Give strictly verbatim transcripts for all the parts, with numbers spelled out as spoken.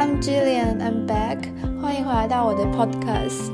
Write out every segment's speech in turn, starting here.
I'm Jillian, I'm back. 欢迎回来到我的 podcast.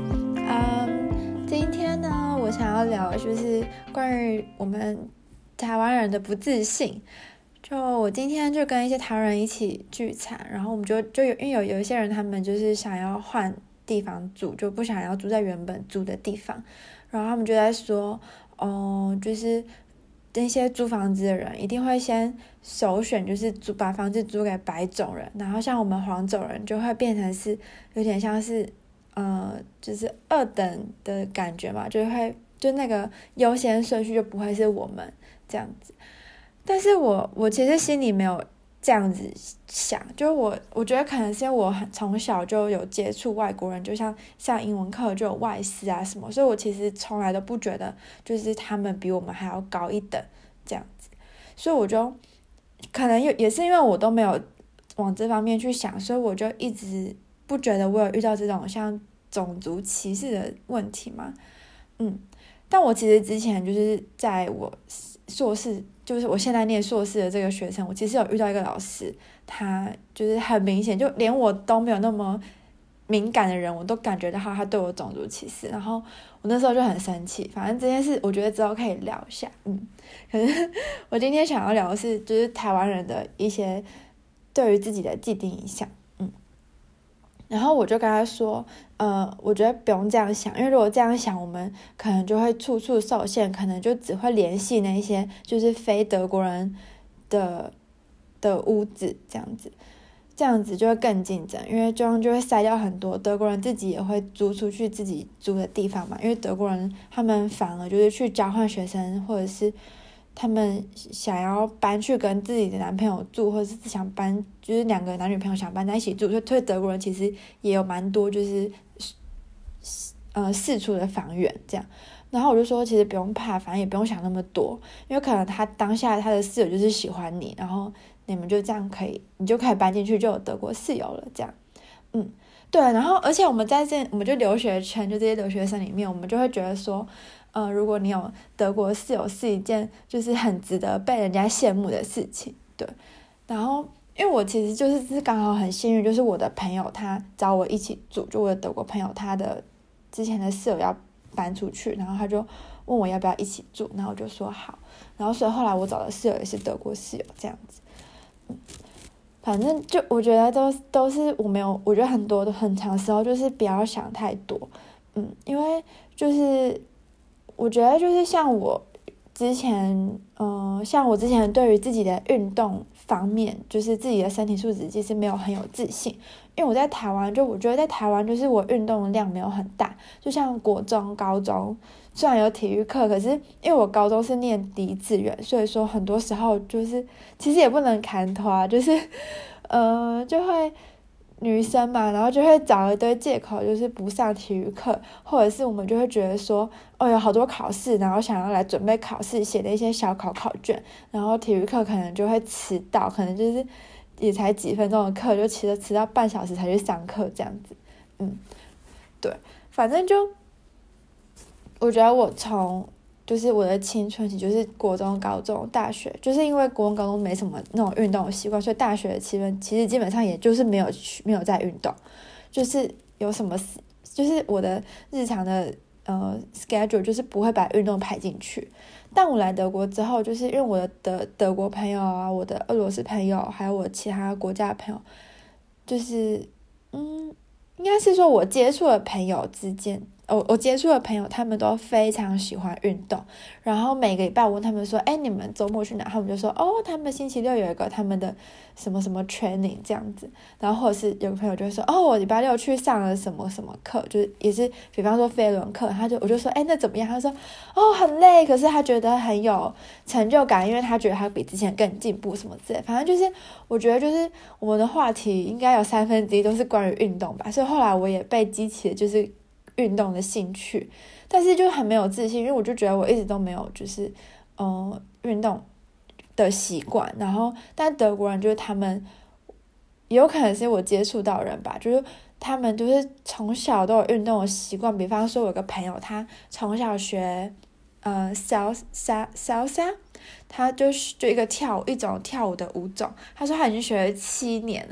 Um, 今天呢，我想要聊的就是关于我们台湾人的不自信。就我今天就跟一些台湾人一起聚餐，然后我们就就有因为有有一些人他们就是想要换地方住，就不想要住在原本住的地方，然后他们就在说，哦，就是那些租房子的人一定会先首选就是租把房子租给白种人，然后像我们黄种人就会变成是有点像是呃就是二等的感觉嘛，就会就那个优先顺序就不会是我们这样子。但是我我其实心里没有这样子想，就是我我觉得可能是因为我很从小就有接触外国人，就像上英文课就有外师啊什么，所以我其实从来都不觉得就是他们比我们还要高一等这样子，所以我就可能也是因为我都没有往这方面去想，所以我就一直不觉得我有遇到这种像种族歧视的问题嘛。嗯，但我其实之前就是在我硕士，就是我现在念硕士的这个学生，我其实有遇到一个老师，他就是很明显，就连我都没有那么敏感的人，我都感觉到他对我种族歧视，然后我那时候就很生气。反正这件事我觉得之后可以聊一下。嗯，可是我今天想要聊的是就是台湾人的一些对于自己的既定印象。嗯，然后我就跟他说呃，我觉得不用这样想，因为如果这样想，我们可能就会处处受限，可能就只会联系那些就是非德国人的的屋子这样子，这样子就会更竞争，因为这样就会筛掉很多德国人自己也会租出去自己租的地方嘛，因为德国人他们反而就是去交换学生，或者是他们想要搬去跟自己的男朋友住，或者是想搬就是两个男女朋友想搬在一起住，所以对德国人其实也有蛮多就是呃释出的房源这样。然后我就说其实不用怕，反正也不用想那么多，因为可能他当下他的室友就是喜欢你，然后你们就这样可以你就可以搬进去，就有德国室友了这样。嗯，对，然后而且我们在这我们就留学圈就这些留学生里面，我们就会觉得说呃，如果你有德国室友是一件就是很值得被人家羡慕的事情。对，然后因为我其实就是刚好很幸运，就是我的朋友他找我一起住，就我的德国朋友他的之前的室友要搬出去，然后他就问我要不要一起住，然后我就说好，然后所以后来我找的室友也是德国室友这样子。嗯，反正就我觉得都都是我没有，我觉得很多的很长时候就是不要想太多。嗯，因为就是我觉得就是像我之前呃，像我之前对于自己的运动方面，就是自己的身体素质其实没有很有自信，因为我在台湾就我觉得在台湾就是我运动量没有很大，就像国中高中虽然有体育课，可是因为我高中是念第一志愿，所以说很多时候就是其实也不能砍头啊，就是呃就会女生嘛，然后就会找一堆借口，就是不上体育课，或者是我们就会觉得说哦有好多考试，然后想要来准备考试，写的一些小考考卷，然后体育课可能就会迟到，可能就是也才几分钟的课，就迟了迟到半小时才去上课这样子。嗯，对，反正就我觉得我从就是我的青春期，就是国中、高中、大学，就是因为国中、高中没什么那种运动的习惯，所以大学的气氛其实基本上也就是没有没有在运动，就是有什么就是我的日常的呃 schedule 就是不会把运动排进去。但我来德国之后，就是因为我的德德国朋友啊，我的俄罗斯朋友，还有我其他国家的朋友，就是嗯，应该是说我接触的朋友之间。我我接触的朋友他们都非常喜欢运动，然后每个礼拜我问他们说哎，你们周末去哪，他们就说哦，他们星期六有一个他们的什么什么 training 这样子，然后或者是有个朋友就会说哦，我礼拜六去上了什么什么课，就是也是比方说飞轮课，他就我就说哎，那怎么样，他说哦很累，可是他觉得很有成就感，因为他觉得他比之前更进步什么之类，反正就是我觉得就是我们的话题应该有三分之一都是关于运动吧，所以后来我也被激起了就是运动的兴趣，但是就很没有自信，因为我就觉得我一直都没有就是呃运动的习惯，然后但德国人就是他们也有可能是我接触到的人吧，就是他们就是从小都有运动的习惯，比方说我有个朋友他从小学呃 salsa salsa， 他就是就一个跳舞一种跳舞的舞种，他说他已经学了七年了，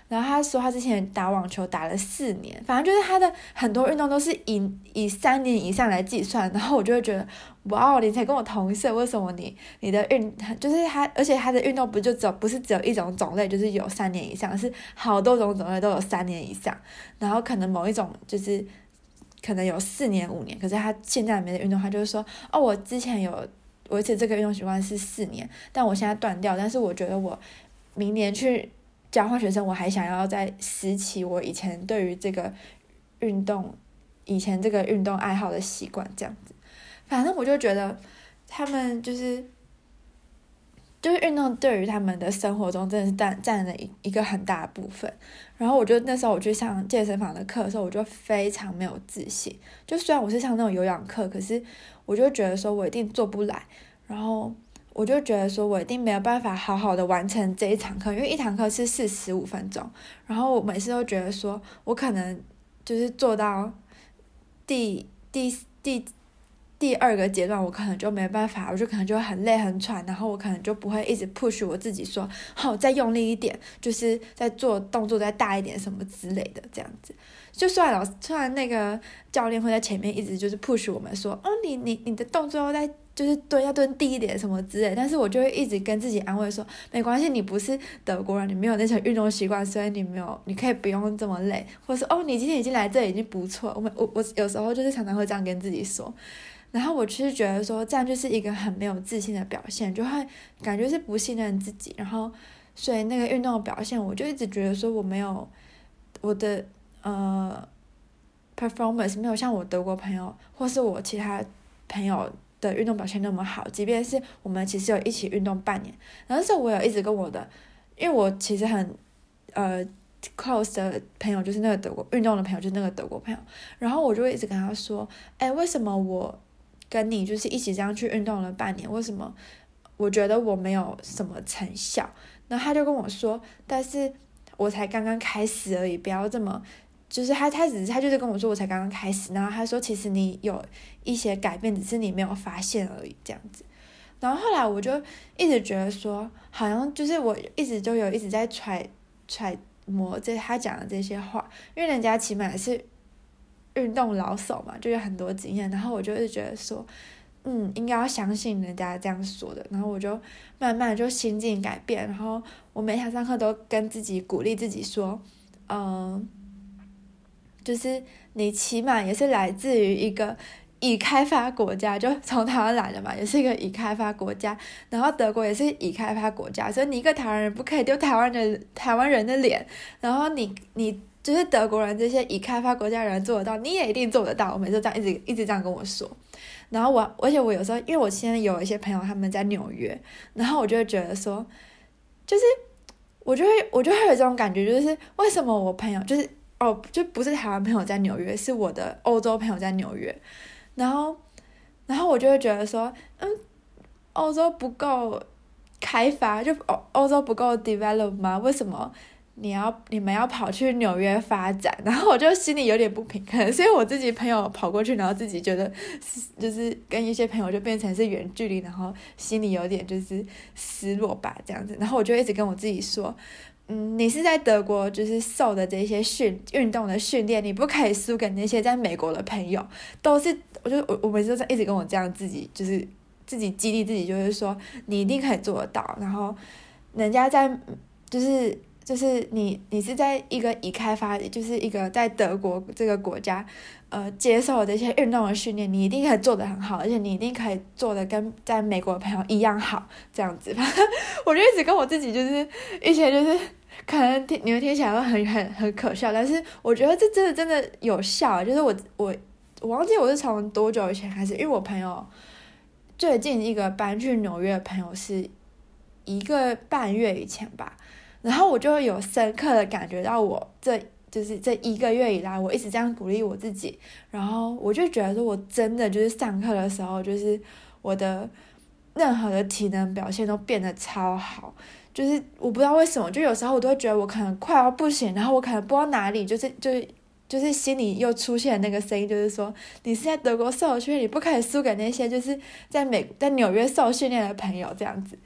然后他说他之前打网球打了四年，反正就是他的很多运动都是以以三年以上来计算，然后我就会觉得哇，你才跟我同岁，为什么你你的运就是他，而且他的运动不就只有不是只有一种种类，就是有三年以上，是好多种种类都有三年以上，然后可能某一种就是可能有四年五年，可是他现在里面的运动，他就是说哦，我之前有维持这个运动习惯是四年，但我现在断掉，但是我觉得我明年去交换学生，我还想要再拾起我以前对于这个运动以前这个运动爱好的习惯，这样子。反正我就觉得他们就是就是运动对于他们的生活中真的是占占了一一个很大的部分。然后我就那时候我去上健身房的课的时候，我就非常没有自信，就虽然我是上那种有氧课，可是我就觉得说我一定做不来，然后我就觉得说我一定没有办法好好的完成这一堂课，因为一堂课是四十五分钟，然后我每次都觉得说我可能就是做到第第第第二个阶段我可能就没办法，我就可能就很累很喘，然后我可能就不会一直 push 我自己说好、哦、再用力一点，就是在做动作再大一点什么之类的这样子。就算老虽然那个教练会在前面一直就是 push 我们说哦你你你的动作要再就是蹲要蹲低一点什么之类，但是我就会一直跟自己安慰说没关系，你不是德国人，你没有那些运动习惯，所以你没有你可以不用这么累，或者是哦你今天已经来这里已经不错，我我我有时候就是常常会这样跟自己说。然后我其实觉得说这样就是一个很没有自信的表现，就会感觉是不信任自己，然后所以那个运动的表现我就一直觉得说我没有我的呃 performance 没有像我德国朋友或是我其他朋友的运动表现那么好，即便是我们其实有一起运动半年，然后那时候我有一直跟我的，因为我其实很呃close 的朋友就是那个德国运动的朋友，就是那个德国朋友，然后我就会一直跟他说哎，为什么我跟你就是一起这样去运动了半年，为什么我觉得我没有什么成效？然后他就跟我说但是我才刚刚开始而已，不要这么就是他他只是他就是跟我说我才刚刚开始，然后他说其实你有一些改变，只是你没有发现而已这样子。然后后来我就一直觉得说好像就是我一直就有一直在揣揣摩这他讲的这些话，因为人家起码也是运动老手嘛，就有很多经验，然后我就一直觉得说嗯应该要相信人家这样说的，然后我就慢慢就心境改变，然后我每堂上课都跟自己鼓励自己说嗯，就是你起码也是来自于一个已开发国家，就从台湾来的嘛，也是一个已开发国家，然后德国也是已开发国家，所以你一个台湾人不可以丢台湾的台湾人的脸，然后你你就是德国人这些已开发国家人做得到，你也一定做得到。我每次这样一直一直这样跟我说，然后我而且我有时候因为我现在有一些朋友他们在纽约，然后我就会觉得说就是我就会我就会有这种感觉，就是为什么我朋友就是哦就不是台湾朋友在纽约，是我的欧洲朋友在纽约，然后然后我就会觉得说嗯欧洲不够开发，就欧欧洲不够 develop 吗？为什么你要你们要跑去纽约发展？然后我就心里有点不平，可能是因为我自己朋友跑过去，然后自己觉得就是跟一些朋友就变成是远距离，然后心里有点就是失落吧这样子。然后我就一直跟我自己说嗯，你是在德国就是受的这些训运动的训练，你不可以输给那些在美国的朋友，都是我就我我每次都一直跟我这样自己就是自己激励自己，就是说你一定可以做得到，然后人家在就是就是你你是在一个已开发就是一个在德国这个国家呃接受这些运动的训练，你一定可以做得很好，而且你一定可以做得跟在美国的朋友一样好这样子。我就一直跟我自己就是一些就是可能听你们听起来会很很很可笑，但是我觉得这真的真的有效。就是我我我忘记我是从多久以前开始，因为我朋友最近一个搬去纽约的朋友是一个半月以前吧，然后我就会有深刻的感觉到我这就是这一个月以来我一直这样鼓励我自己，然后我就觉得说我真的就是上课的时候就是我的任何的体能表现都变得超好，就是我不知道为什么，就有时候我都会觉得我可能快要不行，然后我可能不知道哪里就是就是就是心里又出现那个声音，就是说你是在德国受训练，你不可以输给那些就是在美在纽约受训练的朋友这样子。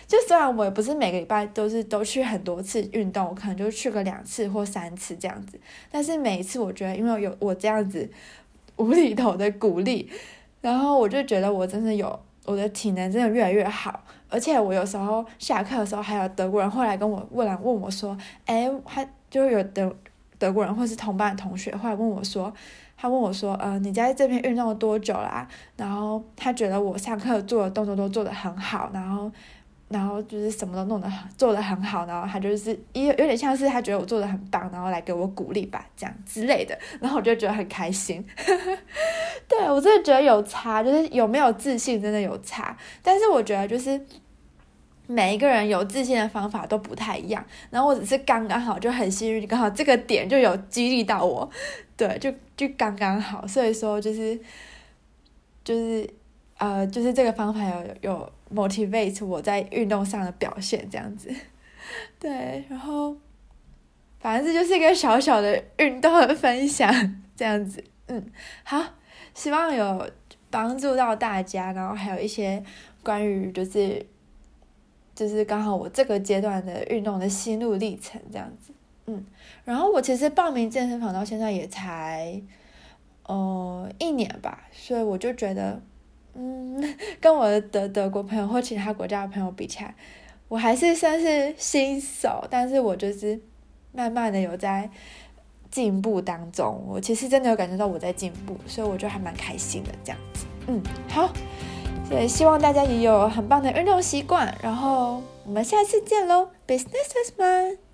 就虽然我也不是每个礼拜都是都去很多次运动，我可能就去个两次或三次这样子，但是每一次我觉得因为有我这样子无厘头的鼓励，然后我就觉得我真的有我的体能真的越来越好，而且我有时候下课的时候还有德国人后来跟我问来问我说，哎，他就有德德国人或是同班的同学后来问我说，他问我说，呃，你在这边运动了多久啦？然后他觉得我上课做的动作都做得很好，然后然后就是什么都弄得做得很好，然后他就是有有点像是他觉得我做得很棒，然后来给我鼓励吧，这样之类的，然后我就觉得很开心。对，我真的觉得有差，就是有没有自信真的有差，但是我觉得就是每一个人有自信的方法都不太一样，然后我只是刚刚好就很幸运，刚好这个点就有激励到我，对，就就刚刚好，所以说就是就是呃就是这个方法有有 motivate 我在运动上的表现这样子，对，然后反正这就是一个小小的运动的分享这样子，嗯，好，希望有帮助到大家，然后还有一些关于就是就是刚好我这个阶段的运动的心路历程这样子，嗯，然后我其实报名健身房到现在也才呃一年吧，所以我就觉得，嗯，跟我的德德国朋友或其他国家的朋友比起来，我还是算是新手，但是我就是慢慢的有在进步当中，我其实真的有感觉到我在进步，所以我就还蛮开心的这样子，嗯，好。所以希望大家也有很棒的运动习惯，然后我们下次见喽 ，Business as man。